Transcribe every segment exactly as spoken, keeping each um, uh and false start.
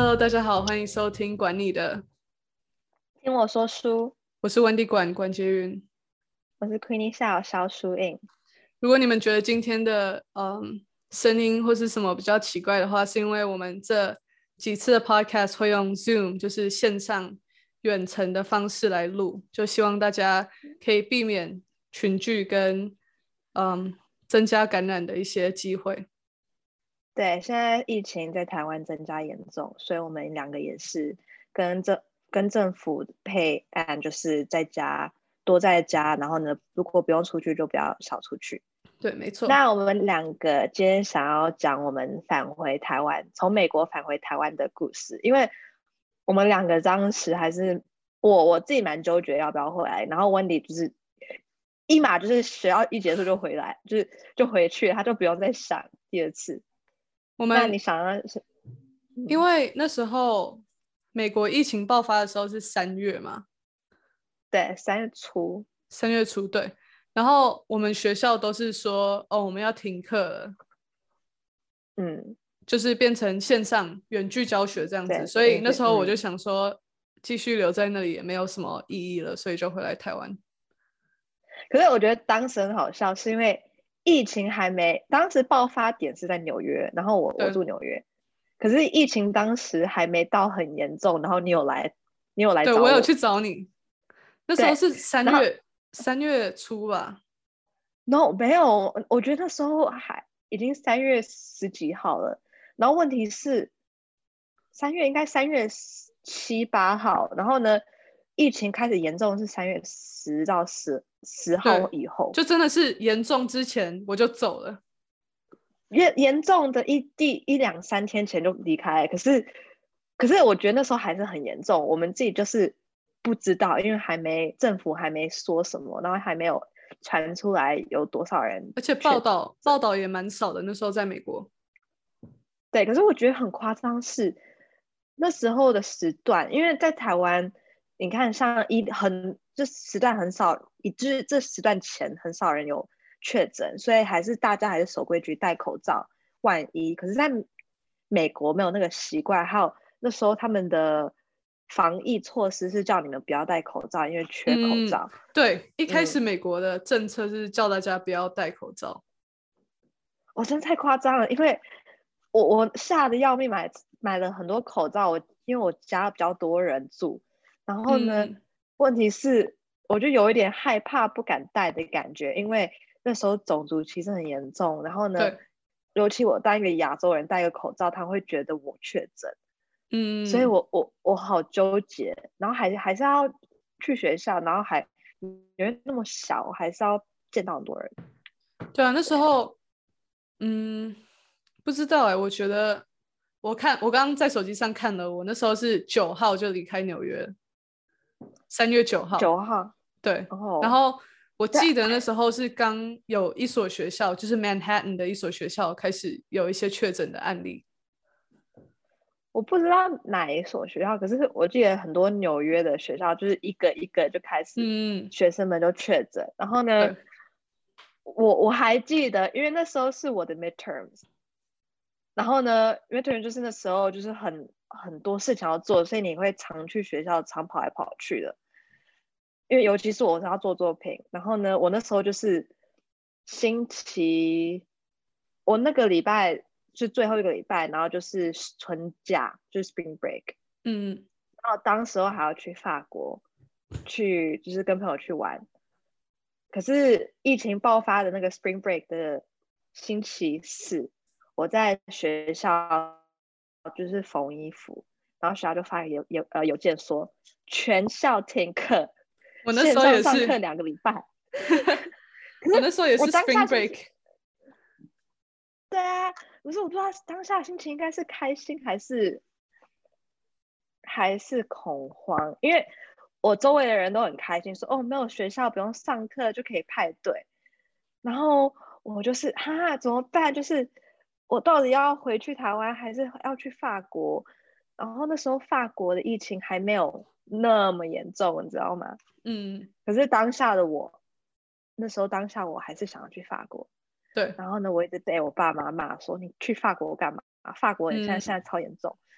Hello， 大家好，欢迎收听管你的， 听我说书， 我是温蒂管管洁云。 我是 Queenie 校肖书印。 如果你们觉得今天的嗯声音或是什么比较奇怪的话，是因为我们这几次的 podcast 会用 Zoom， 就是线上远程的方式来录，就希望大家可以避免群聚跟嗯增加感染的一些机会。 对，现在疫情在台湾增加严重，所以我们两个也是跟政跟政府配案，就是在家多在家，然后呢，如果不用出去就不要少出去。 对，没错。 那我们两个今天想要讲我们返回台湾，从美国返回台湾的故事，因为我们两个当时还是我我自己蛮纠结要不要回来，然后温迪就是一码就是学校一结束就回来，就是就回去，他就不用再想第二次。 我们那你想要是， 因为那时候美国疫情爆发的时候是三月嘛， 对，三月初， 三月初对，然后我们学校都是说哦我们要停课了， 嗯， 就是变成线上远距教学这样子， 对， 所以那时候我就嗯， 想说继续留在那里也没有什么意义了，所以就回来台湾。 可是我觉得当时很好笑，是因为疫情还没，当时爆发点是在纽约，然后我我住纽约，可是疫情当时还没到很严重，然后你有来，你有来找我， 对，我有去找你，那时候是三然后月三月初吧。 然后没有，我觉得那时候还已经三月十几号了，然后问题是三月应该三月七八号，然后呢，疫情开始严重是三月十到十十号对， 以后， 就真的是严重之前我就走了。 严严重的一第一两三天前就离开，可是可是我觉得那时候还是很严重，我们自己就是不知道，因为还没政府还没说什么，然后还没有传出来有多少人， 而且报道报道也蛮少的，那时候在美国。 对，可是我觉得很夸张是那时候的时段，因为在台湾，你看像一很这时段很少，以至这时段前很少人有确诊，所以还是大家还是守规矩戴口罩。万一可是在美国没有那个习惯，还有那时候他们的防疫措施是叫你们不要戴口罩，因为缺口嗯， 罩。 对，一开始嗯， 美国的政策是叫大家不要戴口罩。 我真的太夸张了，因为我我吓得要命买，买买了很多口罩。我因为我家比较多人住，然后呢， 嗯， 问题是我就有一点害怕，不敢戴的感觉，因为那时候种族歧视很严重。然后呢， 对， 尤其我当一个亚洲人戴个口罩，他会觉得我确诊，所以嗯， 我我我好纠结。然后还还是要去学校，然后还因为那么小，还是要见到很多人。 对啊，那时候，嗯，不知道哎、欸，我觉得我看我刚刚在手机上看了，我那时候是九号就离开纽约，三月九号。 九号， 对， 然后然后我对。 记得那时候是刚有一所学校，就是 Manhattan 的一所学校开始有一些确诊的案例。 我不知道哪一所学校，可是我记得很多纽约的学校，就是一个一个就开始， 嗯， 学生们就确诊。然后呢， 对我我还记得，因为那时候是我的 midterms，然后呢，midterm 就是那时候就是很很多事情要做，所以你会常去学校，常跑来跑去的。因为尤其是我是要做作品，然后呢，我那时候就是星期，我那个礼拜是最后一个礼拜，然后就是春假，就是 spring break， 嗯， 然后当时候还要去法国，去就是跟朋友去玩。可是疫情爆发的那个 spring break 的星期四，我在学校就是缝衣服，然后学校就发邮邮呃邮件说全校停课， 我那时候线上也是， 上课两个礼拜。可是我那时候也是我当下 Spring 心情， Break。 对啊，可是我不知道当下心情应该是开心还是还是恐慌，因为我周围的人都很开心，说哦没有学校不用上课就可以派对，然后我就是哈怎么办？就是我到底要回去台湾还是要去法国？然后那时候法国的疫情还没有那么严重，你知道吗？ 嗯， 可是当下的我，那时候当下我还是想要去法国。 对， 然后呢，我一直被我爸妈骂说你去法国干嘛？法国现在嗯， 现在超严重。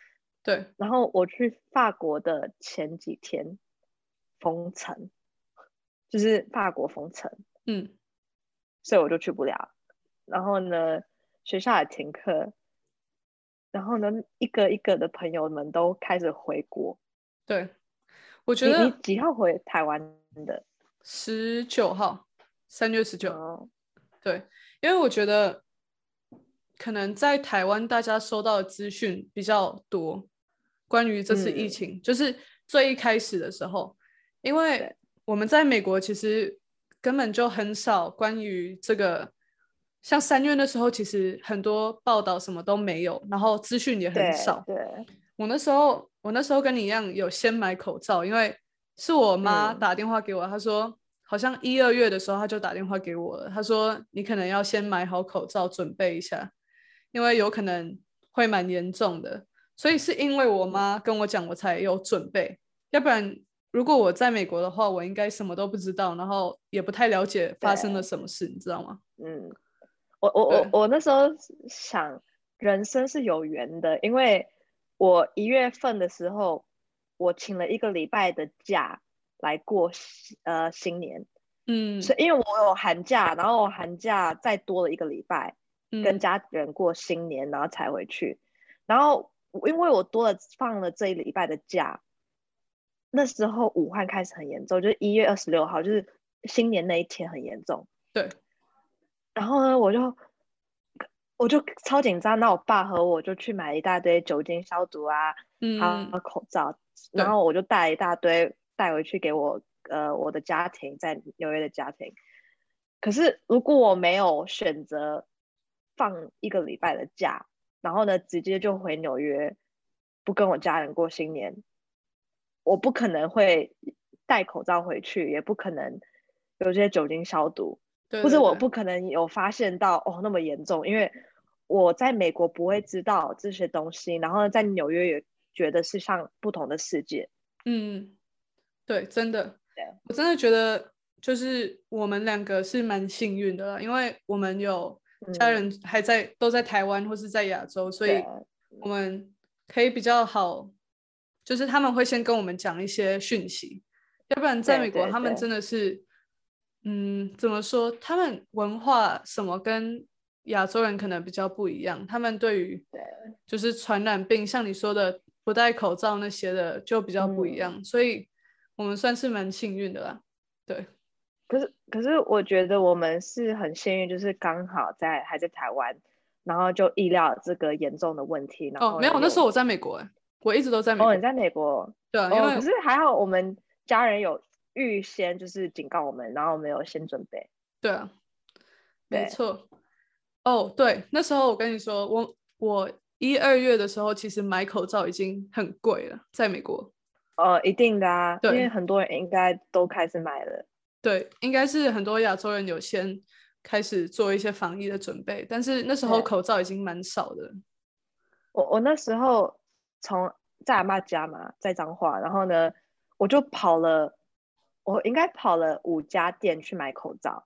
对， 然后我去法国的前几天封城，就是法国封城， 嗯， 所以我就去不了。然后呢，学校也停课，然后呢，一个一个的朋友们都开始回国。 对，我觉你你得几号回台湾的？ 十九号，三月十九， 哦， 对，因为我觉得可能在台湾大家收到的资讯比较多，关于这次疫嗯， 情，就是最一开始的时候，因为对我们在美国其实根本就很少关于这个，像三月的时候，其实很多报道什么都没有，然后资讯也很少。 对对， 我那时候，我那时候跟你一样有先买口罩，因为是我妈嗯， 打电话给我，她说好像一二月的时候，她就打电话给我了，她说你可能要先买好口罩准备一下，因为有可能会蛮严重的。所以是因为我妈跟我讲，我才有准备，要不然如果我在美国的话，我应该什么都不知道，然后也不太了解发生了对， 什么事，你知道吗？ 嗯，我我我对， 我那时候想，人生是有缘的，因为我一月份的时候，我请了一个礼拜的假来过呃新年， 嗯所以因为我有寒假，然后我寒假再多了一个礼拜，跟嗯， 家人过新年，然后才回去。然后因为我多了放了这一礼拜的假，那时候武汉开始很严重，就是一月二十六号，就是新年那一天很严重。 对， 然后呢，我就我就超紧张，那我爸和我就去买一大堆酒精消毒啊，还嗯有口罩，然对， 后我就带一大堆带回去给我呃我的家庭，在纽约的家庭。可是如果我没有选择放一个礼拜的假，然后呢直接就回纽约，不跟我家人过新年，我不可能会戴口罩回去，也不可能有这些酒精消毒。或者我对对对。 不可能有发现到哦那么严重，因为我在美国不会知道这些东西，然后在纽约也觉得是像不同的世界。 嗯，对，真的， 对， 我真的觉得就是我们两个是蛮幸运的啦，因为我们有家嗯， 人还在都在台湾或是在亚洲，所以对， 我们可以比较好，就是他们会先跟我们讲一些讯息，要不然在对美国他们对对， 真的是，嗯，怎么说，他们文化什么跟亚洲人可能比较不一样，他们对于对， 就是传染病，像你说的不戴口罩那些的就比较不一嗯。 样，所以我们算是蛮幸运的啦。对， 可是可是我觉得我们是很幸运，就是刚好在还在台湾，然后就意料这个严重的问题，然哦，没有，那时后呢有候我在美国，哎，我一直都在美哦国。 你在美国对啊，因哦，可为是还好我们家人有预先就是警告我们，然后我们有先准备。 对啊，没对， 错。哦，对，那时候我跟你说，我我一二月的时候，其实买口罩已经很贵了，在美国。 呃，一定的啊，因为对很多人应该都开始买了。 对，应该是很多亚洲人有先开始做一些防疫的准备，但是那时候对， 口罩已经蛮少的。 我我那时候从在阿妈家嘛，在彰化，然后呢，我就跑了，我应该跑了五家店去买口罩，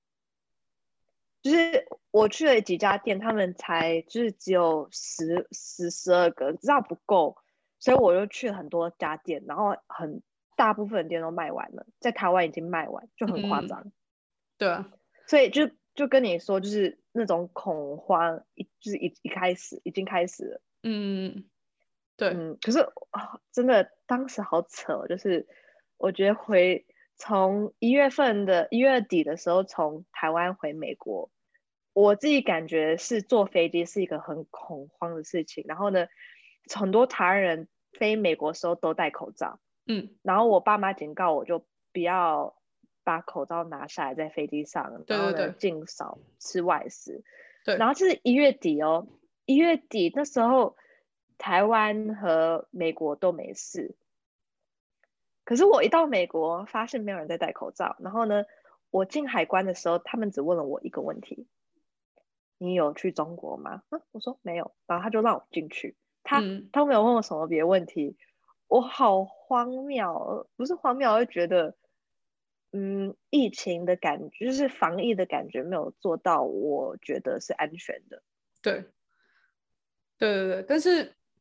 就是我去了几家店，他们才就是只有十十十二个，知道不够，所以我就去了很多家店，然后很大部分的店都卖完了，在台湾已经卖完，就很夸嗯， 张。 对啊， 所以就就跟你说，就是那种恐慌，一就是一一开始已经开始了。 嗯，对， 嗯，可是啊，真的当时好扯哦，就是我觉得回从一月份的一月底的时候，从台湾回美国，我自己感觉是坐飞机是一个很恐慌的事情。然后呢，很多台湾人飞美国的时候都戴口罩， 嗯， 然后我爸妈警告我就不要把口罩拿下来在飞机上，然后呢对对对尽少吃外食。然对， 后这是一月底哦，一月底那时候台湾和美国都没事，可是我一到美国发现没有人在戴口罩，然后呢，我进海关的时候，他们只问了我一个问题：你有去中国吗？啊，我说没有，然后他就让我进去，他嗯， 他没有问我什么别的问题，我好荒谬，不是荒谬，我会觉得。嗯，疫情的感觉就是防疫的感觉没有做到，我觉得是安全的。 对对对对，但是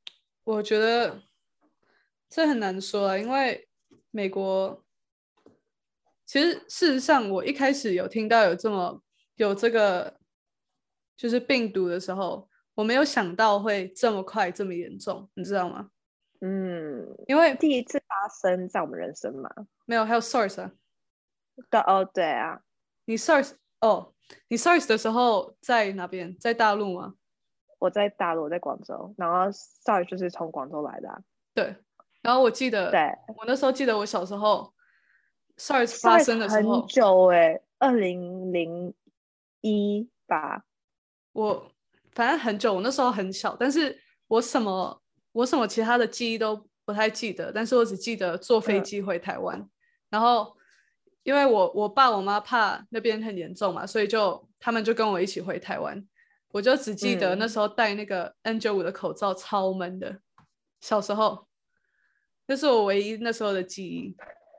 我觉得这很难说啊，因为美国其实事实上，我一开始有听到有这么有这个就是病毒的时候，我没有想到会这么快这么严重，你知道吗？ 嗯， 因为第一次发生在我们人生嘛。 没有还有 SARS 啊， 对哦，对啊， 你 SARS 哦，你 SARS 的时候在哪边？在大陆吗？ 我在大陆，我在广州，然后 SARS 就是从广州来的啊。 对，然后我记得对我那时候记得我小时候 SARS 发 ，SARS 生的时很候， 久哎，二零零一吧。 我反正很久，我那时候很小，但是我什么我什么其他的记忆都不太记得，但是我只记得坐飞嗯机回台湾，然后因为我我爸我妈怕那边很严重嘛，所以就他们就跟我一起回台湾，我就只记得那嗯， 时候戴那个 N 九十五 的口罩超闷的，小时候，那是我唯一那时候的记忆，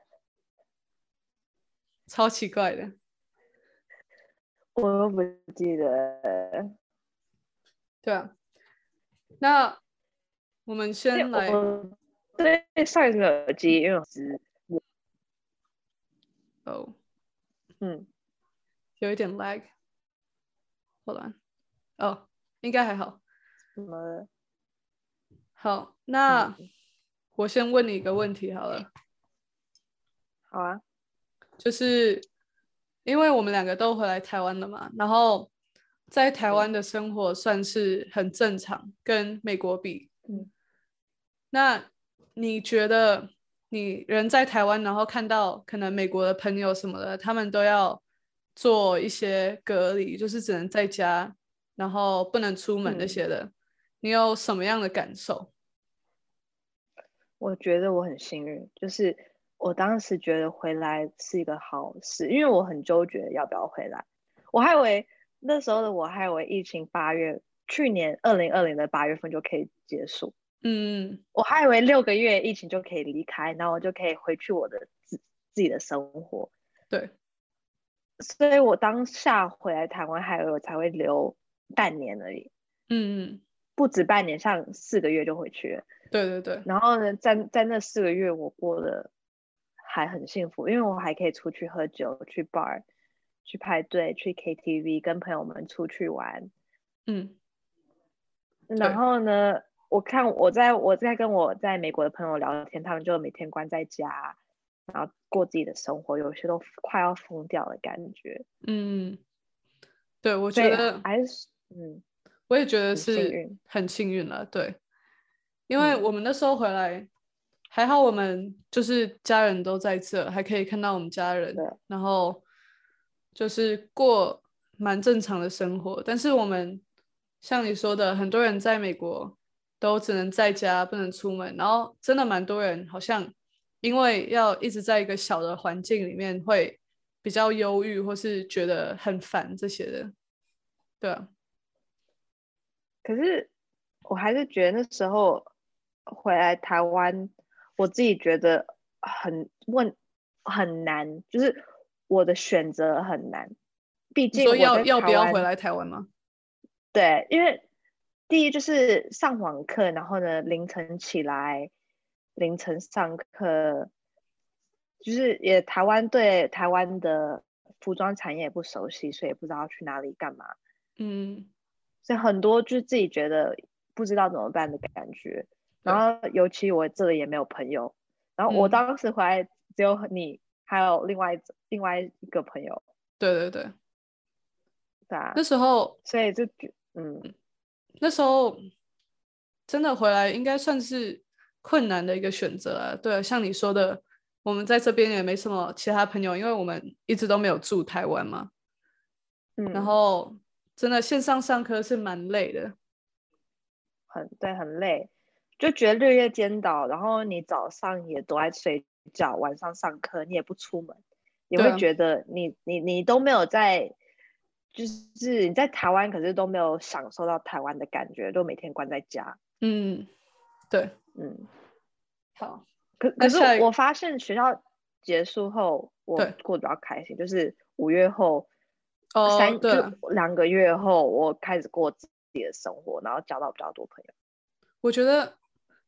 超奇怪的。 我都不记得， 对啊，那我们因为先来我对 SARS 没有记忆，因为我是哦， 嗯有一点 lag，好了，哦，应该还好。 什么好， 嗯那我先问你一个问题好了， 好啊。 就是因为我们两个都回来台湾了嘛，然后在台嗯湾的生活算是很正常，跟美国比。 嗯那你觉得你人在台湾，然后看到可能美国的朋友什么的，他们都要做一些隔离，就是只能在家，然后不能出门那嗯， 些的，你有什么样的感受？ 我觉得我很幸运，就是我当时觉得回来是一个好事，因为我很纠结要不要回来。我还以为那时候的我还以为疫情八月，去年二零二零的八月份就可以结束， 嗯， 我还以为六个月疫情就可以离开，然后我就可以回去我的自自己的生活。 对， 所以我当下回来台湾，还以为我才会留半年而已， 嗯嗯， 不止半年，像四个月就回去了。 对对对， 然后呢，在在那四个月，我过得还很幸福，因为我还可以出去喝酒、去 bar、去派对、去 K T V，跟朋友们出去玩。 嗯， 然对， 后呢，我看我在我在跟我在美国的朋友聊天，他们就每天关在家，然后过自己的生活，有些都快要疯掉的感觉。 嗯，对，我所以觉得还是嗯， 我也觉得很幸是运。 很幸运了，对，因为我嗯， 们那时候回来，还好我们就是家人都在这，还可以看到我们家人， 对。 然后就是过蛮正常的生活。但是我们像你说的，很多人在美国都只能在家，不能出门，然后真的蛮多人好像因为要一直在一个小的环境里面，会比较忧郁，或是觉得很烦这些的，对啊， 可是我还是觉得那时候回来台湾，我自己觉得很问很难，就是我的选择很难。毕你说竟我在要要不台湾， 要回来台湾吗？ 对，因为第一就是上网课，然后呢凌晨起来，凌晨上课，就是也台湾对台湾的服装产业也不熟悉，所以也不知道去哪里干嘛。 嗯， 所以很多就是自己觉得不知道怎么办的感觉。然对， 后尤其我这里也没有朋友，然后我嗯， 当时回来只有你，还有另外另外一个朋友， 对对对， 对啊， 那时候所以就嗯那时候真的回来应该算是困难的一个选择啊。对啊，像你说的，我们在这边也没什么其他朋友，因为我们一直都没有住台湾嘛。然嗯， 后真的线上上课是蛮累的。 很对，很累，就觉得日夜颠倒，然后你早上也都在睡觉，晚上上课你也不出门，你对啊， 会觉得你你你都没有在，就是你在台湾，可是都没有享受到台湾的感觉，都每天关在家。 嗯，对， 嗯， 好， 可可是那下一我发现学校结束后，我对， 过得比较开心，就是五月后哦， 三就对了， 两个月后，我开始过自己的生活，然后交到比较多朋友。 我觉得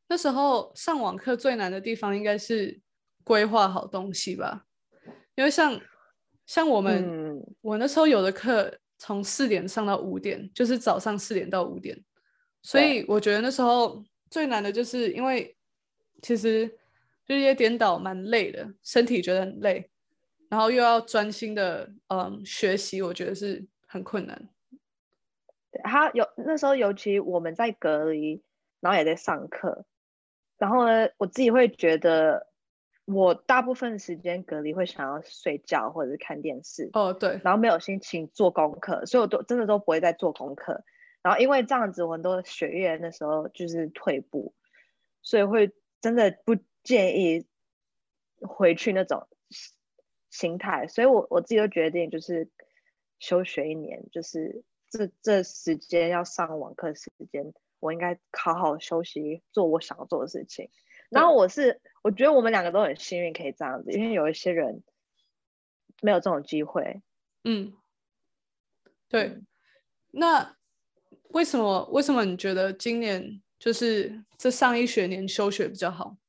那时候上网课最难的地方应该是规划好东西吧，因为像像我们、嗯、我那时候有的课从四点上到五点，就是早上四点到五点，所以我觉得那时候最难的就是因为其实日夜颠倒蛮累的，身体觉得很累，然后又要专心的嗯学习，我觉得是很困难。 对，他有那时候尤其我们在隔离，然后也在上课，然后呢，我自己会觉得我大部分时间隔离会想要睡觉或者是看电视， 哦对， 然后没有心情做功课，所以我都真的都不会再做功课。然后因为这样子，我很多学业那时候就是退步，所以会真的不建议回去那种心态。所以我我自己就决定就是休学一年，就是这这时间要上网课时间，我应该好好休息，做我想要做的事情。然后我是我觉得我们两个都很幸运可以这样子，因为有一些人没有这种机会。 嗯，对。嗯，那为什么为什么你觉得今年就是这上一学年休学比较好？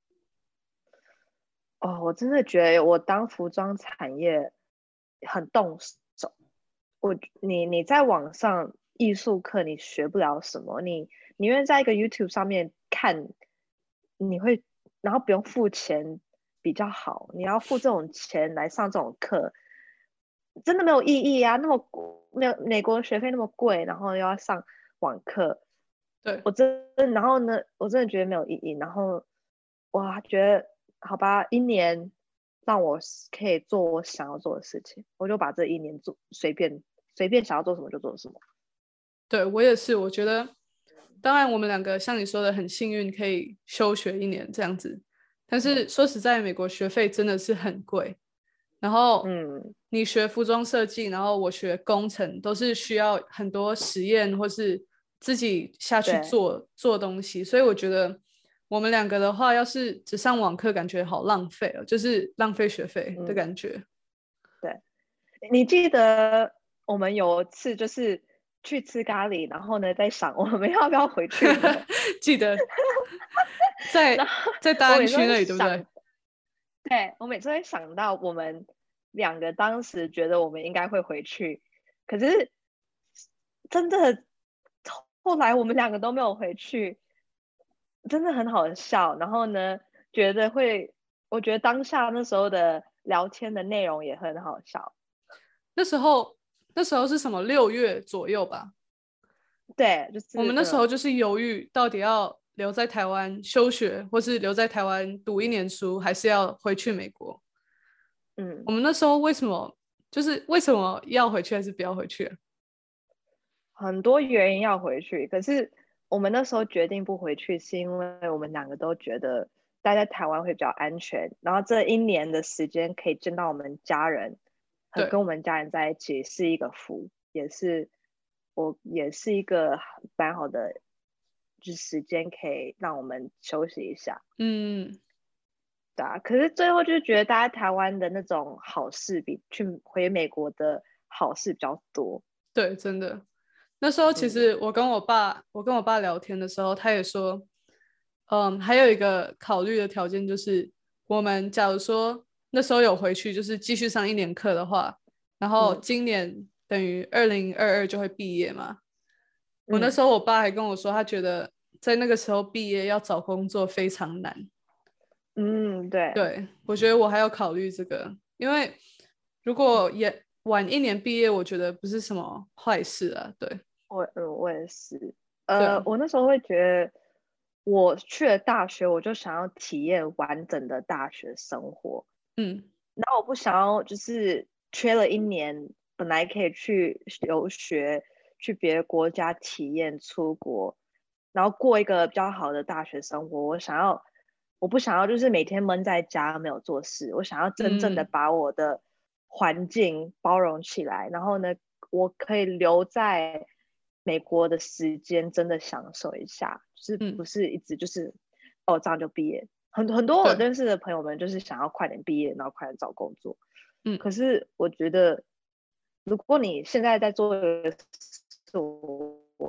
哦，我真的觉得我当服装产业很动手。我你你在网上艺术课你学不了什么，你宁愿在一个 YouTube 上面看，你会然后不用付钱比较好。你要付这种钱来上这种课，真的没有意义啊！那么没有美国学费那么贵，然后又要上网课， 对我真然后呢，我真的觉得没有意义。然后我觉得好吧，一年让我可以做我想要做的事情，我就把这一年做随便随便想要做什么就做什么。 对，我也是，我觉得当然我们两个像你说的很幸运可以休学一年这样子，但是说实在美国学费真的是很贵，然后嗯， 你学服装设计，然后我学工程，都是需要很多实验或是自己下去做做东西，所以我觉得我们两个的话要是只上网课感觉好浪费哦，就是浪费学费的感觉。 嗯，对，你记得我们有一次就是去吃咖喱，然后呢在想我们要不要回去呢？ 记得在在大安区那里对不对？ 对，我每次会想到我们两个当时觉得我们应该会回去，可是真的后来我们两个都没有回去，真的很好笑。然后呢，觉得会，我觉得当下那时候的聊天的内容也很好笑。 那时候那时候是什么六月左右吧？ 对，就是我们那时候就是犹豫到底要留在台湾休学，或是留在台湾读一年书，还是要回去美国。 嗯， 我们那时候为什么就是为什么要回去还是不要回去啊？ 很多原因要回去，可是我们那时候决定不回去，是因为我们两个都觉得待在台湾会比较安全，然后这一年的时间可以见到我们家人，和跟我们家人在一起是一个福，也是我也是一个蛮好的，就是时间可以让我们休息一下。 嗯， 对啊，可是最后就是觉得待在台湾的那种好事比去回美国的好事比较多。 对，真的。那时候其嗯实我跟我爸，我跟我爸聊天的时候，他也说，嗯，还有一个考虑的条件就是，我们假如说那时候有回去，就是继续上一年课的话，然后嗯今年等于二零二二就会毕业嘛。我那嗯时候我爸还跟我说，他觉得在那个时候毕业要找工作非常难。 嗯，对， 对，我觉得我还要考虑这个，因为如果也晚一年毕业，我觉得不是什么坏事啊。对， 我嗯我也是，呃， 对啊， 我那时候会觉得，我去了大学，我就想要体验完整的大学生活， 嗯然后我不想要就是缺了一年，本来可以去留学，去别的国家体验出国，然后过一个比较好的大学生活。我想要，我不想要就是每天闷在家没有做事，我想要真正的嗯把我的环境包容起来，然后呢，我可以留在美国的时间真的享受一下，就是嗯， 不是一直就是哦这样就毕业。很很多我对， 认识的朋友们就是想要快点毕业，然后快点找工作。 嗯可是我觉得，如果你现在在做一个事，我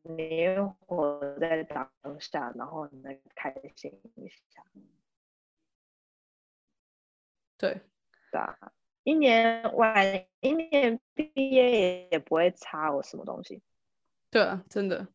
你活在当下，然后你再开心一下。 对， 对啊，一年晚一年毕业也不会差我什么东西。 对啊，真的。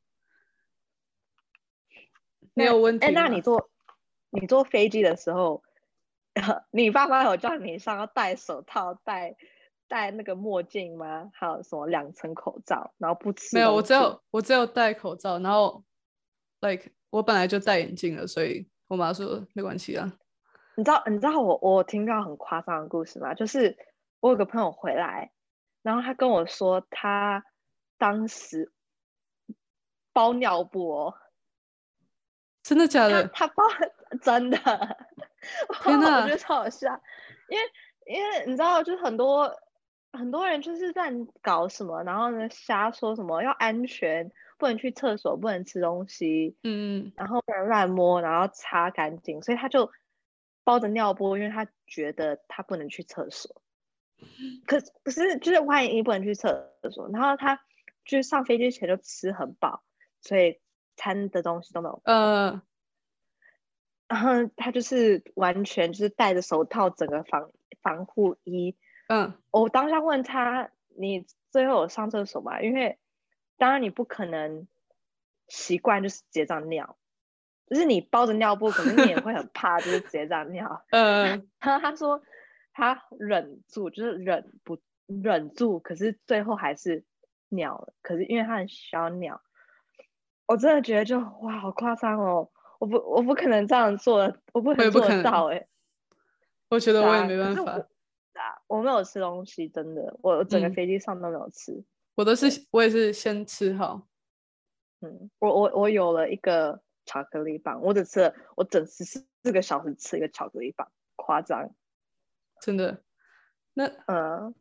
你那有问哎， 题吗？ 那你坐你坐飞机的时候，你爸妈有叫你上要戴手套、戴戴那个墨镜吗？还有什么两层口罩，然后不没有，我吃东西？ 只有我只有戴口罩，然后 like 我本来就戴眼镜了，所以我妈说没关系啊。 你知道你知道我我听到很夸张的故事吗？就是我有个朋友回来，然后他跟我说他当时包尿布哦， 真的假的？ 他他包真的， 天哪！ 我觉得超好笑，因为因为你知道，就是很多很多人就是在搞什么，然后呢瞎说什么要安全，不能去厕所，不能吃东西， 嗯， 然后不能乱摸，然后擦干净，所以他就包着尿布，因为他觉得他不能去厕所。可可是就是万一不能去厕所，然后他就是上飞机前就吃很饱，所以餐的东西都没有碰。 呃， 然后他就是完全就是戴着手套，整个防防护衣。 嗯， 我当下问他：“你最后有上厕所吗？”因为当然你不可能习惯就是直接这样尿，就是你包着尿布，可是你也会很怕，就是直接这样尿。 呃， 他他说他忍住，就是忍不忍住，可是最后还是尿了。可是因为他很需要尿，我真的觉得就哇，好夸张哦！我不我不可能这样做，我不可我也能做得不可能， 到哎。 我觉得我也对啊， 没办法。 可是我啊，我没有吃东西，真的，我整个嗯， 飞机上都没有吃。 我都是对， 我也是先吃好， 嗯，我我我有了一个巧克力棒，我只吃了，我整十四个小时吃一个巧克力棒，夸张。 真的。那嗯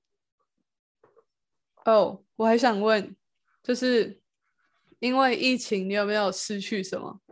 哦，我还想问，就是因为疫情，你有没有失去什么？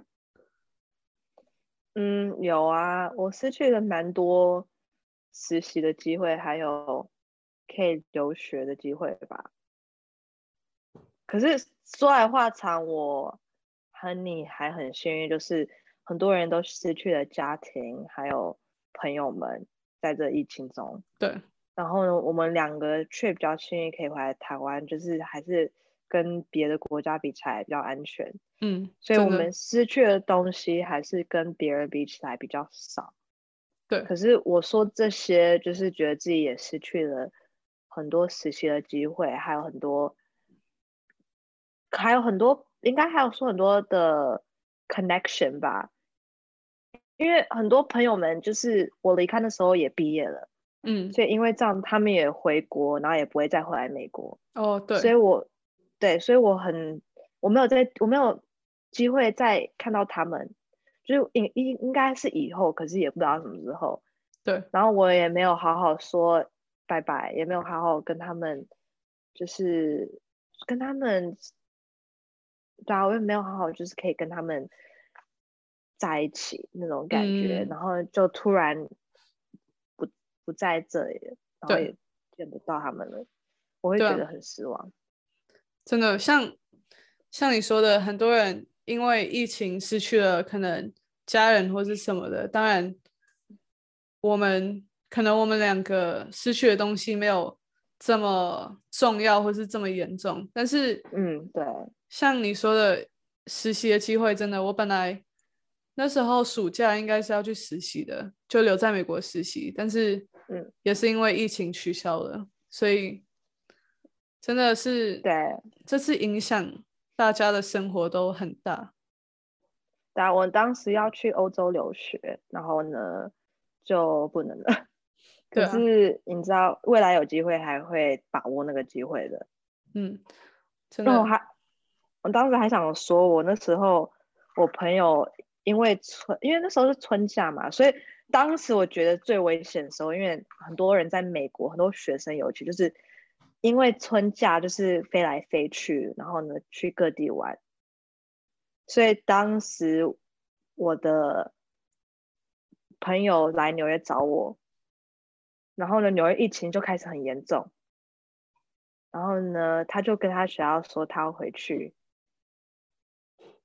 嗯，有啊，我失去了蛮多实习的机会，还有可以留学的机会吧。可是说来话长，我和你还很幸运，就是很多人都失去了家庭，还有朋友们在这疫情中。 对， 然后呢，我们两个却比较幸运可以回来台湾，就是还是跟别的国家比起来比较安全， 嗯， 所以我真的， 们失去的东西还是跟别人比起来比较少。 对， 可是我说这些，就是觉得自己也失去了很多实习的机会，还有很多，还有很多，应该还有说很多的 connection 吧。因为很多朋友们就是我离开的时候也毕业了， 嗯， 所以因为这样他们也回国，然后也不会再回来美国， 哦，对， 所以我对，所以我很我没有在我没有机会再看到他们，就是应应应该是以后，可是也不知道什么时候。 对， 然后我也没有好好说拜拜，也没有好好跟他们，就是跟他们，对啊，我也没有好好就是可以跟他们在一起那种感觉， 嗯， 然后就突然不不在这里了，然后对， 也见不到他们了，我会对啊， 觉得很失望。 真的像像你说的，很多人因为疫情失去了可能家人或是什么的。当然，我们可能我们两个失去的东西没有这么重要或是这么严重，但是嗯，对， 像你说的实习的机会，真的，我本来那时候暑假应该是要去实习的，就留在美国实习，但是嗯， 也是因为疫情取消了，所以真的是对， 这次影响大家的生活都很大。 对啊，我当时要去欧洲留学，然后呢就不能了。可对啊， 是你知道，未来有机会还会把握那个机会的。 嗯，真的， 然后还，我当时还想说，我那时候我朋友因为春，因为那时候是春假嘛，所以当时我觉得最危险的时候，因为很多人在美国，很多学生有去，就是因为春假就是飞来飞去，然后呢去各地玩，所以当时我的朋友来纽约找我，然后呢纽约疫情就开始很严重，然后呢他就跟他学校说他要回去。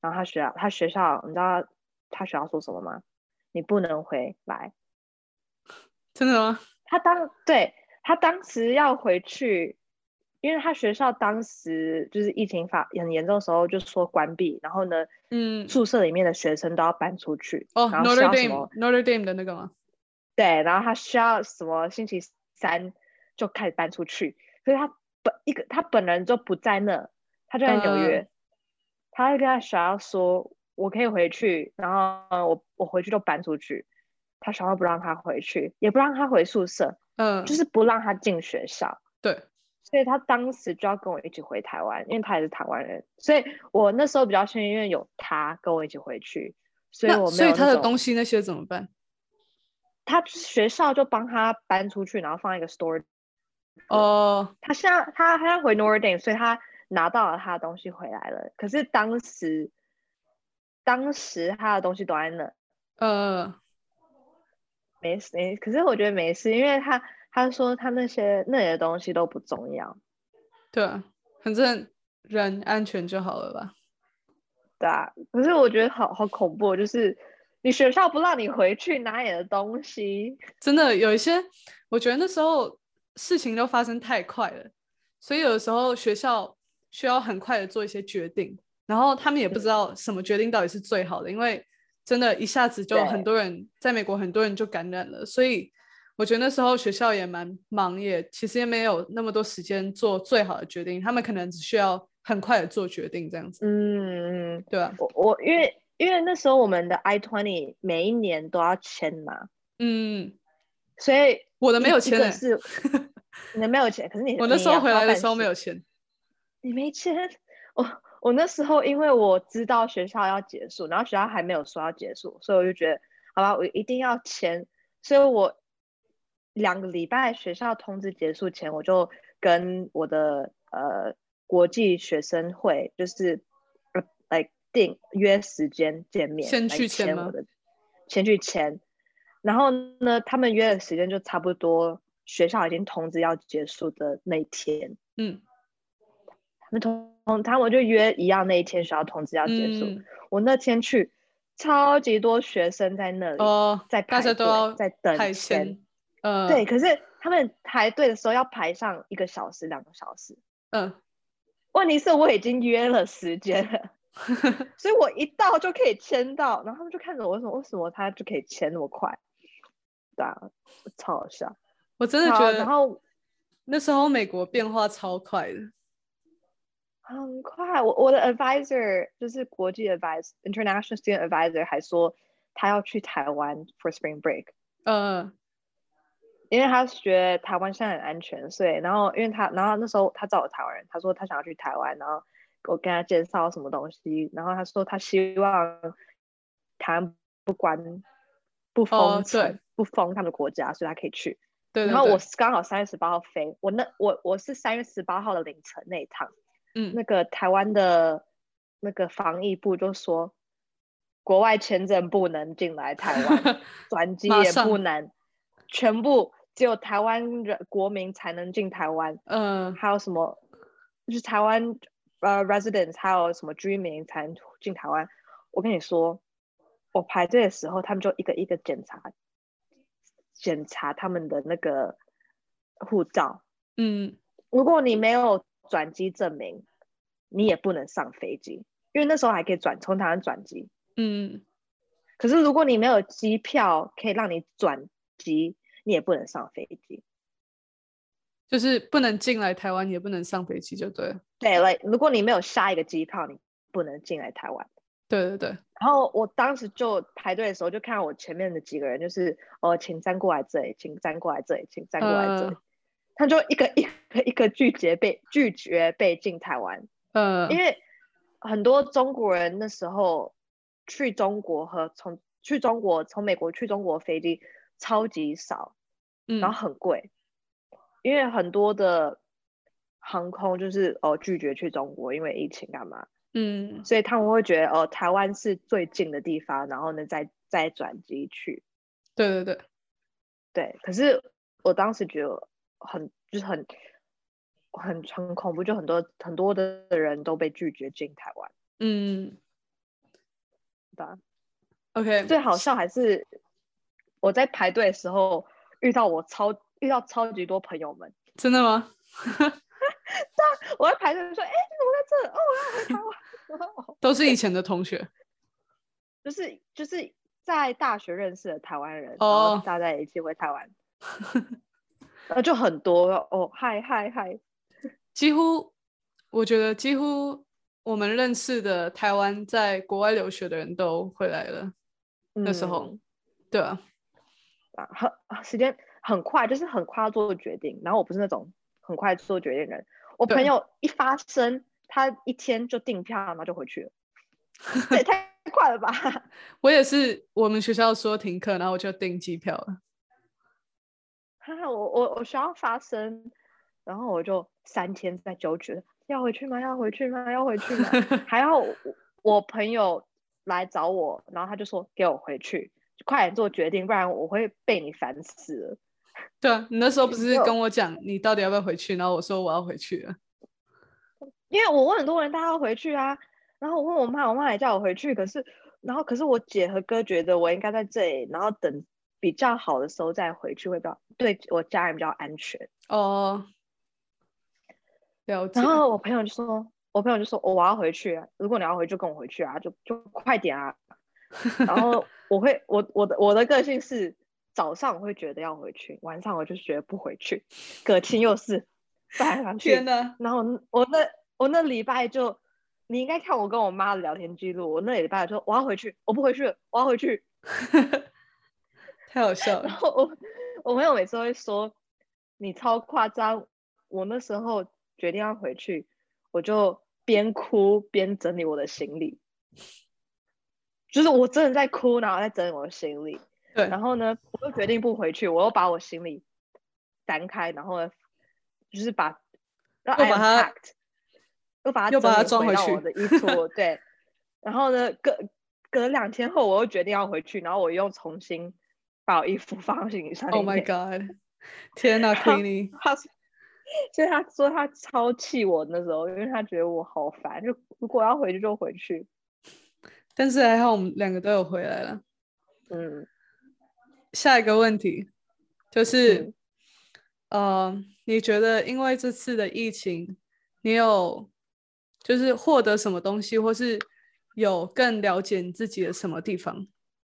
然后他学校他学校你知道他学校说什么吗？你不能回来。 真的吗？ 他当对他当时要回去，因为他学校当时就是疫情发很严重的时候，就说关闭，然后呢， 嗯， 宿舍里面的学生都要搬出去， 哦然后需 ，Notre 要什么 Dame，Notre Dame 的那个吗？ 对，然后他需要什么星期三就开始搬出去，所以他本一个他本人就不在那，他就在纽嗯、 约，他会跟他学校说，我可以回去，然后我我回去就搬出去，他学校不让他回去，也不让他回宿舍， 嗯、 就是不让他进学校， 对， 所以他当时就要跟我一起回台湾，因为他也是台湾人，所以我那时候比较幸运，因为有他跟我一起回去，所以我没那所以他的东有那种。 西那些怎么办？ 他学校就帮他搬出去，然后放一个 store。 哦， 他现在他他要回 Norden，所以他拿到了他的东西回来了。可是当时当时他的东西都在那， 呃， 没事没。可是我觉得没事，因为他他说他那些那里的东西都不重要， 对啊，反正人安全就好了吧。 对啊。可是我觉得好好恐怖，就是你学校不让你回去拿你的东西。 真的有一些，我觉得那时候事情都发生太快了，所以有的时候学校需要很快的做一些决定，然后他们也不知嗯， 道什么决定到底是最好的，因为真的一下子就很对， 多人在美国，很多人就感染了，所以我觉得那时候学校也蛮忙，也其实也没有那么多时间做最好的决定，他们可能只需要很快的做决定这样子， 嗯嗯， 对吧？ 我我因为因为那时候我们的 I twenty 每一年都要签嘛。 嗯， 所以我的没有一一签诶、 个是你没有钱，可是你我那时候你要需要回来的时候没办事， 有签， 你没签。我我那时候因为我知道学校要结束，然后学校还没有说要结束，所以我就觉得好吧，我一定要签。所以我两个礼拜学校通知结束前，我就跟我的呃国际学生会，就是呃来定约时间见面来先去签吗？ 签我的，先去签。然后呢，他们约的时间就差不多学校已经通知要结束的那一天， 嗯他们通他们就约一样那一天学校通知要结束。 嗯。 我那天去，超级多学生在那里哦， 在大排队， 家都要在等排签。 签，呃对，可是他们排队的时候要排上一个小时、两个小时。 嗯， 问题是我已经约了时间了，所以我一到就可以签到，然后他们就看着我，为什么为什么他就可以签那么快？对啊，超好笑。 我真的觉好，然得后那时候美国变化超快的， 很快，我我的 advisor 就是国际 advisor international student advisor 还说他要去台湾 for spring break， 呃因为他觉得台湾现在很安全，所以然后因为他然后那时候他找我台湾人，他说他想要去台湾，然后我跟他介绍什么东西，然后他说他希望台湾不关不封哦，对城不封他们的国家，所以他可以去。然后我对对对， 刚好三月十八号飞，我那我我是三月十八号的凌晨那一趟。 嗯， 那个台湾的那个防疫部就说，国外签证不能进来台湾，转机也不马上， 能，全部只有台湾人国民才能进台湾， 嗯、 还有什么就是台湾呃 residents 还有什么居民才能进台湾。我跟你说，我排队的时候，他们就一个一个检查检查他们的那个护照， 嗯如果你没有转机证明，你也不能上飞机，因为那时候还可以转从台湾转机。 嗯， 可是如果你没有机票可以让你转机，你也不能上飞机。 就是不能进来台湾，也不能上飞机，就对了， 对，like, 如果你没有下一个机票，你不能进来台湾。 对对对， 然后我当时就排队的时候，就看到我前面的几个人，就是哦，请站过来这里，请站过来这里，请站过来这里。 呃他就一个一个一个拒绝被拒绝被进台湾，因呃， 为很多中国人那时候去中国和从去中国从美国去中国飞机超级少，然嗯后很贵，因为很多的航空就是哦拒绝去中国，因为疫情干嘛， 嗯， 所以他们会觉得哦台湾是最近的地方，然后呢再再转机去。 对对对， 对，可是我当时觉得很就是很很很恐怖，就很多很多的人都被拒绝进台湾。 嗯， 对啊 OK， 最好笑还是我在排队的时候遇到我超遇到超级多朋友们， 真的吗？ 我在排队说，哎、欸，你怎么在这？哦，我要回台湾。 都是以前的同学。 就是就是在大学认识的台湾人，然后哦， 大家一起回台湾，然后就很多哦，嗨嗨嗨， 几乎我觉得几乎我们认识的台湾在国外留学的人都回来了。那时候， 嗯， 对啊， 啊很时间很快，就是很快要做决定，然后我不是那种很快做决定的人，我朋对， 友一发生，他一天就订票，然后就回去了，这也太快了吧？ 我也是，我们学校说停课，然后我就订机票了。 哈哈，我我我学校发生，然后我就三天在纠结，要回去吗？要回去吗？要回去吗？还好我我朋友来找我，然后他就说给我回去，快点做决定，不然我会被你烦死了。 对啊，你那时候不是跟就我讲你到底要不要回去，然后我说我要回去了。 因为我问很多人，大家要回去啊，然后我问我妈，我妈也叫我回去，可是然后可是我姐和哥觉得我应该在这里，然后等比较好的时候再回去，会比较对我家人比较安全。 哦，了解。 然后我朋友就说，我朋友就说、哦、我要回去啊，如果你要回去就跟我回去啊，就就快点啊。然后我会我我的我的个性是早上我会觉得要回去，晚上我就觉得不回去，隔天又是翻来翻去。 天哪， 然后我那我那礼拜就你应该看我跟我妈的聊天记录，我那礼拜说我要回去，我不回去了，我要回去。 太好笑了。 然后我我朋友每次会说你超夸张，我那时候决定要回去，我就边哭边整理我的行李，就是我真的在哭，然后在整理我的行李。 对， 然后呢，我又决定不回去，我又把我行李单开，然后呢就是把让又 I 把 am 它 packed，又把它又把它整理装回去。 回到我的衣橱，对。然后呢，隔隔两天后，我又决定要回去，然后我又重新把我衣服放到行李箱 Oh 里 my 面。 god！天哪他 ，Queenie， 他所以他说他超气我那时候，因为他觉得我好烦，就如果要回去就回去。 但是还好我们两个都有回来了。 嗯下一个问题就是， 嗯呃，你觉得因为这次的疫情，你有就是获得什么东西，或是有更了解你自己的什么地方？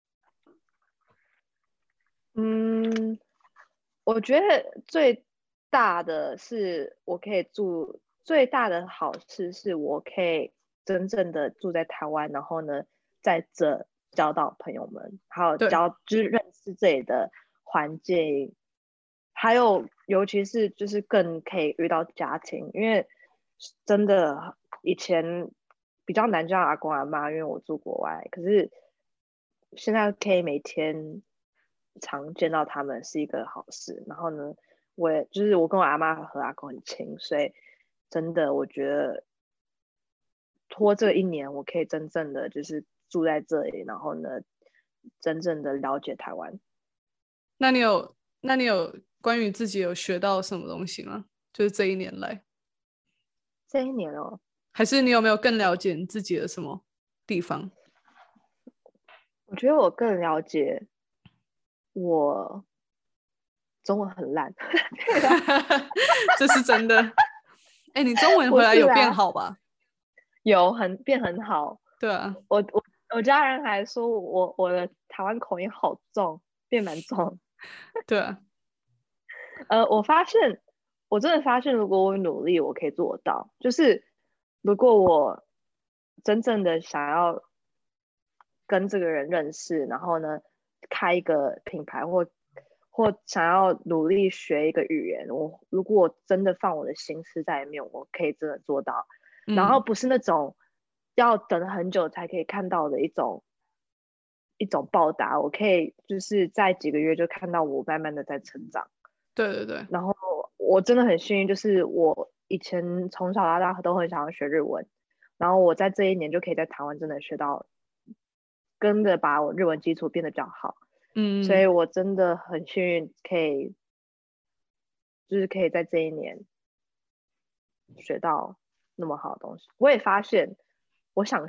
嗯，我觉得最大的是我可以住，最大的好事是我可以真正的住在台湾，然后呢，在这交到朋友们，还有对， 交就是认识这里的环境，还有尤其是就是更可以遇到家庭，因为真的以前比较难叫阿公阿妈，因为我住国外，可是现在可以每天常见到他们是一个好事。然后呢，我也就是我跟我阿妈和阿公很亲，所以真的我觉得拖这一年，我可以真正的就是住在这里，然后呢，真正的了解台湾。 那你有那你有关于自己有学到什么东西吗？就是这一年来， 这一年哦， 还是你有没有更了解你自己的什么地方？ 我觉得我更了解我中文很烂，对吧？ 这是真的。哎，你中文不回来有变是啊， 好吧？ 有很变很好。 对啊， 我我我家人还说我我的台湾口音好重，变蛮重。 对啊， 呃，我发现我真的发现，如果我努力，我可以做到。就是如果我真正的想要跟这个人认识，然后呢，开一个品牌或或想要努力学一个语言，我如果我真的放我的心思在里面，我可以真的做到。然后嗯， 不是那种要等很久才可以看到的一种一种报答，我可以就是在几个月就看到我慢慢的在成长。 对对对， 然后我真的很幸运，就是我以前从小到大都很想要学日文，然后我在这一年就可以在台湾真的学到，跟着把我日文基础变得较好，所以嗯， 我真的很幸运，可以就是可以在这一年学到那么好的东西。我也发现，我想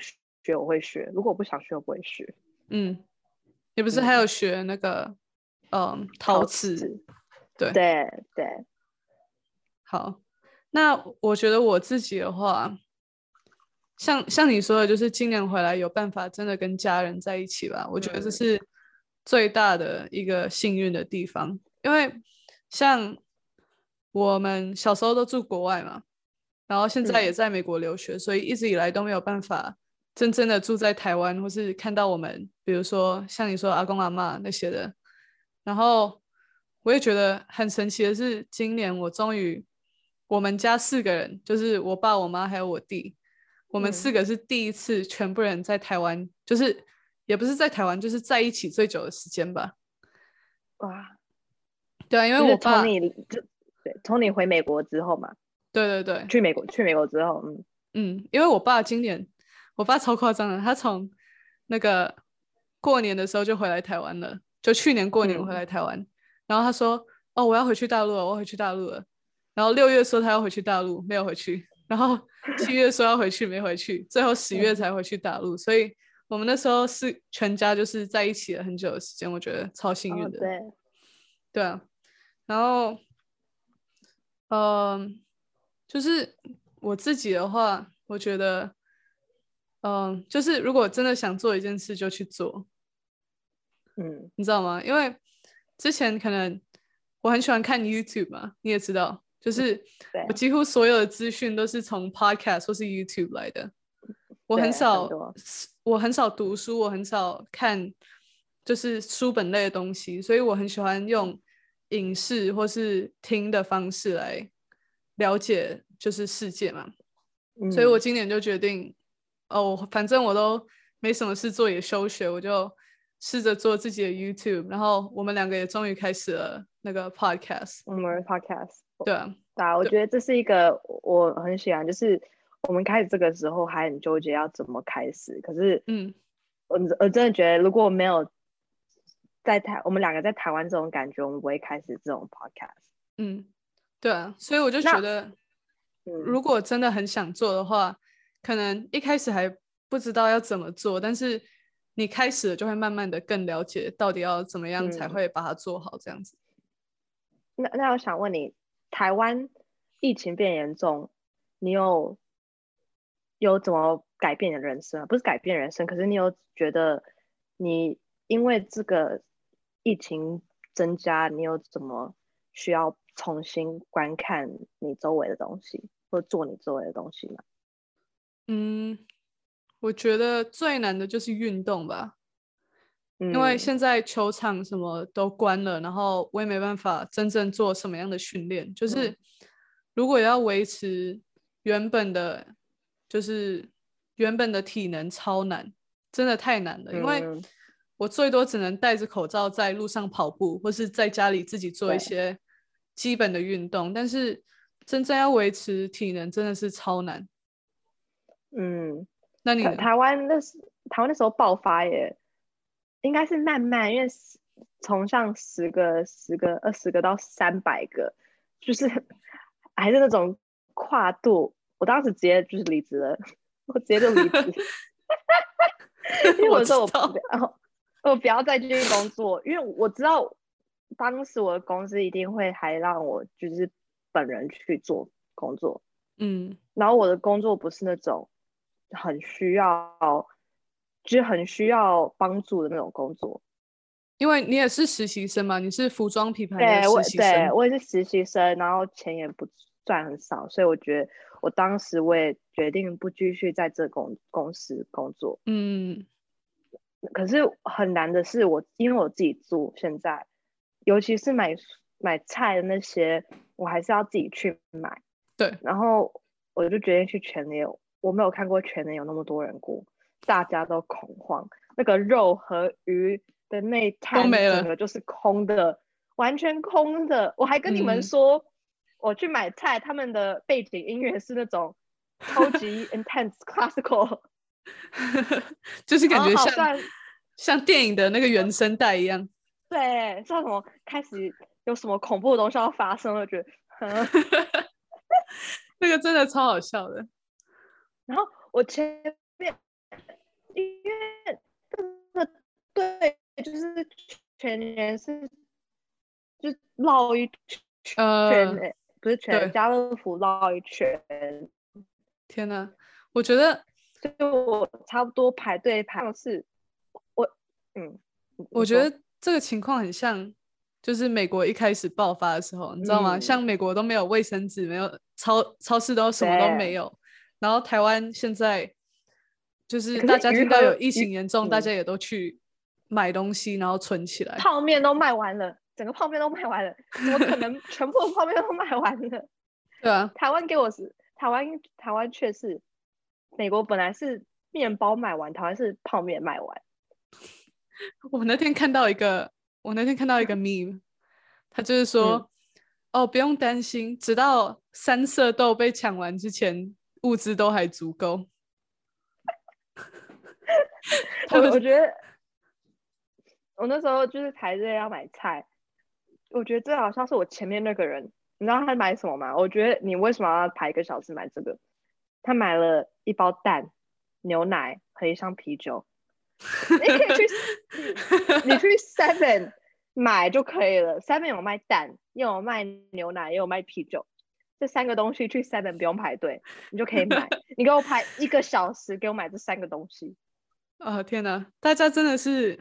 学我会学，如果我不想学我不会学。 嗯，你不是还有学那个、嗯、嗯陶瓷？对对对。 好，那我觉得我自己的话，像像你说的，就是今年回来有办法真的跟家人在一起吧，我觉得这是最大的一个幸运的地方。因为像我们小时候都住国外嘛，然后现在也在美国留学，嗯、所以一直以来都没有办法真正的住在台湾，或是看到我们，比如说像你说阿公阿嬷那些的。然后我也觉得很神奇的是，今年我终于，我们家四个人，就是我爸、我妈还有我弟，我们四个是第一次全部人在台湾，嗯、就是也不是在台湾，就是在一起最久的时间吧。 哇， 对啊，因为我爸从你就对从你回美国之后嘛， 对对对， 去美国去美国之后，嗯嗯，因为我爸今年，我爸超夸张的，他从那个过年的时候就回来台湾了，就去年过年回来台湾，嗯、然后他说：“哦，我要回去大陆了，我要回去大陆了。”然后六月说他要回去大陆，没有回去，然后七月说要回去，没回去，最后十月才回去大陆。所以我们那时候是全家就是在一起了很久的时间，我觉得超幸运的。 哦、对， 对啊，然后，嗯、呃，就是我自己的话，我觉得，嗯、就是如果真的想做一件事，就去做。 嗯， 你知道吗？因为之前可能我很喜欢看 YouTube 嘛，你也知道，就是我几乎所有的资讯都是从 Podcast 或是 YouTube 来的。我很少，我很少读书，我很少看就是书本类的东西，所以我很喜欢用影视或是听的方式来了解就是世界嘛。嗯、所以我今年就决定，哦，反正我都没什么事做，也休学，我就试着做自己的 YouTube， 然后我们两个也终于开始了那个 Podcast。 我们 Podcast， 对啊， 对啊，我觉得这是一个我很喜欢，就是我们开始这个时候还很纠结要怎么开始，可是，嗯，我我真的觉得如果没有在台，我们两个在台湾这种感觉，我们不会开始这种 Podcast。 嗯，对啊，所以我就觉得，如果真的很想做的话，可能一开始还不知道要怎么做，但是你开始了就会慢慢的更了解到底要怎么样才会把它做好，这样子。 嗯、那那我想问你，台湾疫情变严重，你有有怎么改变你的人生？不是改变人生，可是你有觉得你因为这个疫情增加，你有怎么需要重新观看你周围的东西，或做你周围的东西吗？ 嗯，我觉得最难的就是运动吧，嗯、因为现在球场什么都关了，然后我也没办法真正做什么样的训练，就是如果要维持原本的，就是原本的体能超难，真的太难了，因为我最多只能戴着口罩在路上跑步，或是在家里自己做一些基本的运动，但是真正要维持体能真的是超难。 嗯， 那你台湾那时台湾那时候爆发也应该是慢慢，因为从上十个、十个、二十个到三百个，就是还是那种跨度。我当时直接就是离职了，我直接就离职，因为我说我不要，我不要再继续工作，因为我知道当时我的公司一定会还让我就是本人去做工作，嗯，然后我的工作不是那种很需要，就是很需要帮助的那种工作。 因为你也是实习生嘛，你是服装品牌的实习生。 对，我也是实习生，然后钱也不赚很少，所以我觉得我当时我也决定不继续在这公公司工作。嗯，可是很难的是我，因为我自己住，现在尤其是买买菜的那些，我还是要自己去买。 对， 然后我就决定去全联，我没有看过全联有那么多人过，大家都恐慌，那个肉和鱼的那摊整个就是空的，完全空的。我还跟你们说，嗯、我去买菜，他们的背景音乐是那种超级 intense classical， 就是感觉像像电影的那个原声带一样。 对，像什么开始有什么恐怖的东西要发生，我觉得，嗯、 那个真的超好笑的。 然后我前面因为这个队就是全年是就绕一圈、 呃， 欸，不是全对， 家乐福绕一圈， 天哪，我觉得， 所以我差不多排队排上是，我嗯，你我觉你说， 得这个情况很像，就是美国一开始爆发的时候，你知道吗？像嗯， 美国都没有卫生纸，没有超超市都什么都没对。 有，然后台湾现在就是可是大家听到有鱼和疫情鱼， 严重，大嗯， 家也都去买东西，然后存起来。 泡面都卖完了，整个泡面都卖完了，怎么可能全部的泡面都卖完了？ 对啊， 台湾给我是台湾，台湾却是美国本来是面包卖完，台湾是泡面卖完。 我那天看到一个，我那天看到一个 meme，他就是嗯， 说，哦，不用担心，直到三色豆被抢完之前，物资都还足够。他们我我觉得我那时候就是排队要买菜，我觉得最好像是我前面那个人，你知道他买什么吗？我觉得你为什么要排一个小时买这个？他买了一包蛋、牛奶和一箱啤酒。你可以去你你去 Seven 买就可以了。Seven 有卖蛋，也有卖牛奶，也有卖啤酒。这三个东西去 Seven 不用排队，你就可以买。你给我排一个小时，给我买这三个东西。 啊、天哪，大家真的是，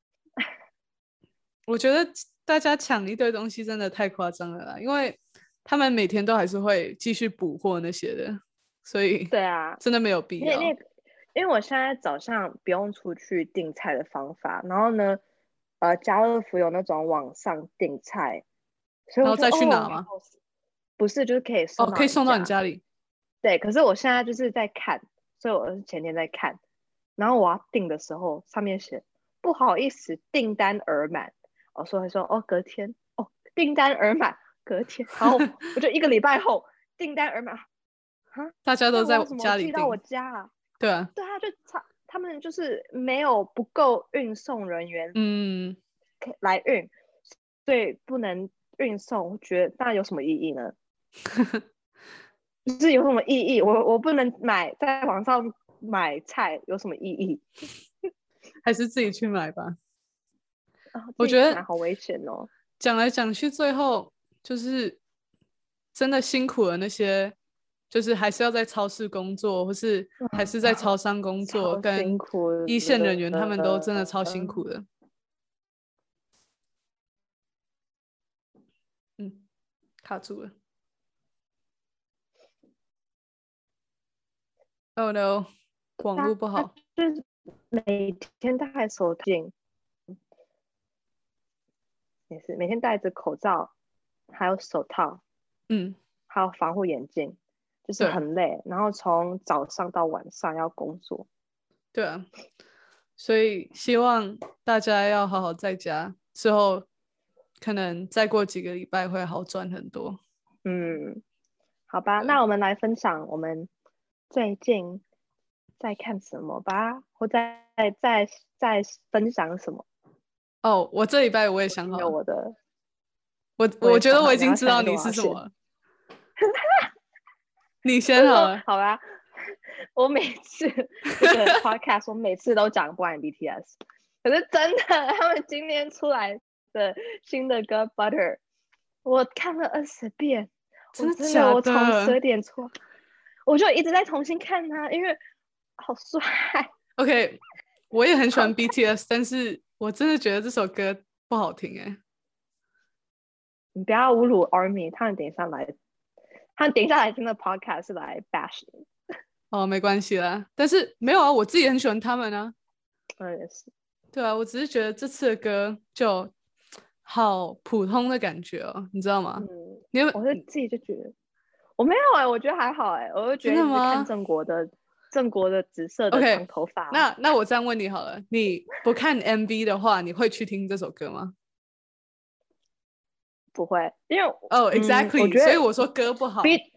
我觉得大家抢一堆东西真的太夸张了啦，因为他们每天都还是会继续补货那些的，所以对啊， 真的没有必要。 那那个，因为我现在早上不用出去订菜的方法，然后呢，呃，家乐福有那种网上订菜，所以然后再我就哦， 去拿吗？ 好，不是，就是可以哦， 送可以送到你到你家。 家里。 对，可是我现在就是在看，所以我是前天在看，然后我要订的时候，上面写不好意思，订单额满。哦，所以说哦，隔天哦，订单额满，隔天，然后我就一个礼拜后订单额满，哈， 大家都在那我要怎么寄到我家里订。 家啊？ 对啊， 对啊，就他他们就是没有不够运送人员嗯， 来运，所以不能运送。我觉得那有什么意义呢？就是有什么意义？我我不能买在网上买菜有什么意义？ 还是自己去买吧。 啊，自己去买我觉得好危险哦。 讲来讲去，最后就是真的辛苦了那些，就是还是要在超市工作，或是还是在超商工作， 超辛跟苦一线人员，他们都真的的。 超辛苦的。嗯，卡住了。Oh no，网络不他好。 就是每天戴手镜，也是每天戴着口罩，还有手套， 嗯， 还有防护眼镜，就是对很累。然后从早上到晚上要工作。 对啊，所以希望大家要好好在家，之后可能再过几个礼拜会好转很多。 嗯，好吧， 对， 那我们来分享我们最近在看什么吧，或在在在分享什么。 哦，我这礼拜我也我已经有想好了， 我的， 我我也想好我觉得我已你要想一个， 经知道你我要先。 是什么了，你为什么？ 先好了。 好吧，我每次这个 podcast 我每次都讲不完 B T S，可是真的，他们今天出来的新的歌 Butter，我看了二十遍，我真的真的假我从十的二点出，我就一直在重新看它，因为好帅， ？OK，我也很喜欢好看。 B T S，但是我真的觉得这首歌不好听哎。 你不要侮辱 Army，他们等一下来，他们等一下来听的 podcast 是来 bash 你。 哦，没关系啦，但是没有啊，我自己很喜欢他们啊。 嗯，也是。 对啊，我只是觉得这次的歌就好普通的感觉哦，你知道吗？ 嗯， 你有我是自己就觉得我没有哎、欸，我觉得还好哎、欸，我就觉真得一直看的吗郑国的郑国的紫色的长 ？OK， 头发。 那那我这样问你好了，你不看 M V 的话，你会去听这首歌吗？ 不会，因为哦嗯，我 ，exactly， 觉得所以我说歌不好。 beat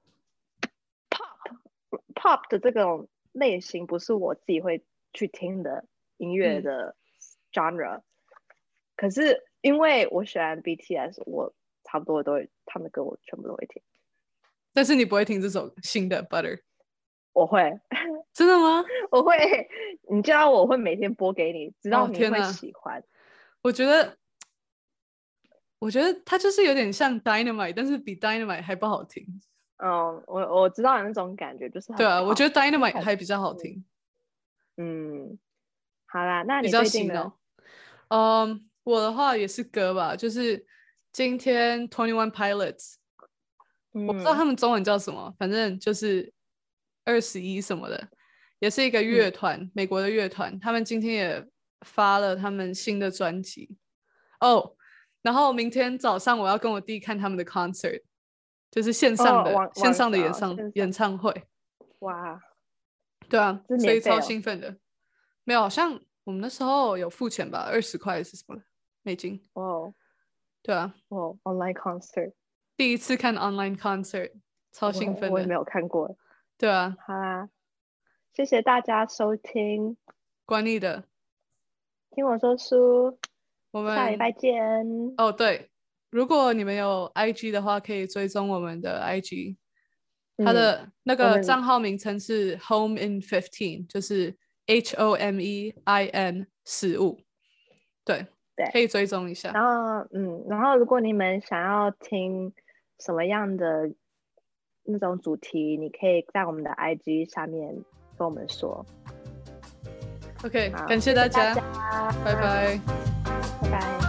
pop pop 的这种类型不是我自己会去听的音乐嗯， 的 genre，可是因为我喜欢 B T S，我差不多都会他们的歌我全部都会听。 但是你不会听这首新的 Butter。 我会， 真的吗？ 我会，你知道我会每天播给你，知道哦你会天哪喜欢。 我觉得，我觉得它就是有点像 Dynamite， 但是比 Dynamite 还不好听。 嗯，我我知道有那种感觉，就是很对啊，我觉得 pop， Dynamite 很还比较好听， 嗯，好啦，那比较你最近呢？ 洗脑。嗯，我的话也是歌吧，就是今天 Twenty One Pilots，我不知道嗯他们中文叫什么，反正就是二十一什么的，也是一个乐嗯， 团，美国的乐团。他们今天也发了他们新的专辑哦。然后明天早上我要跟我弟看他们的 concert，就是线上哦， 的网网线上的演上线上， 唱演唱会。 哇， 对啊， 这是所以超免费哦。 兴奋的。没有，好像我们那时候有付钱吧，二十块是什么美金？ 哦对啊， 哦，online concert， 第一次看 online concert，超我兴奋的。 我也没有看过。 对啊， 好啦，谢谢大家收听， 管你的。 听我说书， 我们下礼拜见。 哦对，如果你们有 I G 的话，可以追踪我们的 I G，它嗯， 的那我们个账号名称是 Home in Fifteen，就是 H O M E I N 十五，对， 对， 可以追踪一下。 然后嗯，然后如果你们想要听什么样的那种主题，你可以在我们的 I G 下面跟我们说。 OK， 好， 感谢谢谢大家， 大家拜拜。 拜拜。